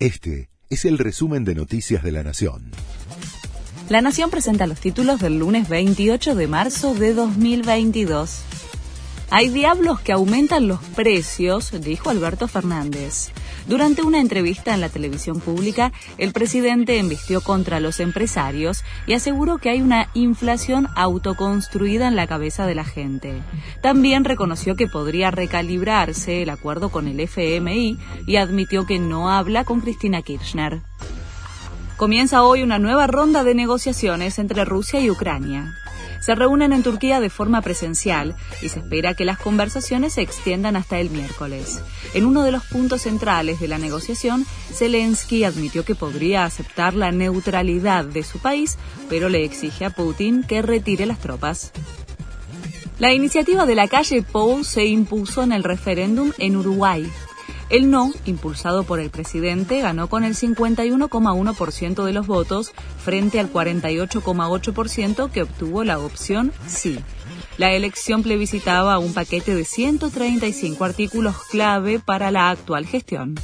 Este es el resumen de Noticias de la Nación. La Nación presenta los títulos del lunes 28 de marzo de 2022. Hay diablos que aumentan los precios, dijo Alberto Fernández. Durante una entrevista en la televisión pública, el presidente embistió contra los empresarios y aseguró que hay una inflación autoconstruida en la cabeza de la gente. También reconoció que podría recalibrarse el acuerdo con el FMI y admitió que no habla con Cristina Kirchner. Comienza hoy una nueva ronda de negociaciones entre Rusia y Ucrania. Se reúnen en Turquía de forma presencial y se espera que las conversaciones se extiendan hasta el miércoles. En uno de los puntos centrales de la negociación, Zelensky admitió que podría aceptar la neutralidad de su país, pero le exige a Putin que retire las tropas. La iniciativa de la calle Pou se impuso en el referéndum en Uruguay. El no, impulsado por el presidente, ganó con el 51,1% de los votos frente al 48,8% que obtuvo la opción sí. La elección plebiscitaba un paquete de 135 artículos clave para la actual gestión.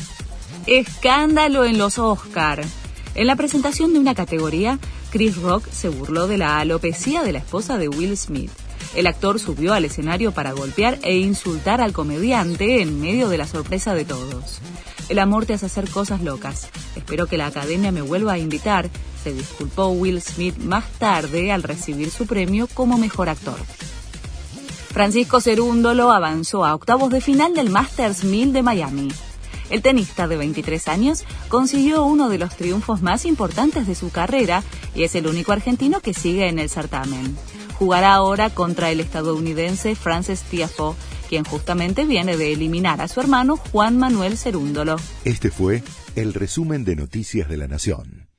Escándalo en los Oscar. En la presentación de una categoría, Chris Rock se burló de la alopecia de la esposa de Will Smith. El actor subió al escenario para golpear e insultar al comediante en medio de la sorpresa de todos. El amor te hace hacer cosas locas. Espero que la academia me vuelva a invitar, se disculpó Will Smith más tarde al recibir su premio como mejor actor. Francisco Cerúndolo avanzó a octavos de final del Masters 1000 de Miami. El tenista de 23 años consiguió uno de los triunfos más importantes de su carrera y es el único argentino que sigue en el certamen. Jugará ahora contra el estadounidense Frances Tiafoe, quien justamente viene de eliminar a su hermano Juan Manuel Cerúndolo. Este fue el resumen de Noticias de la Nación.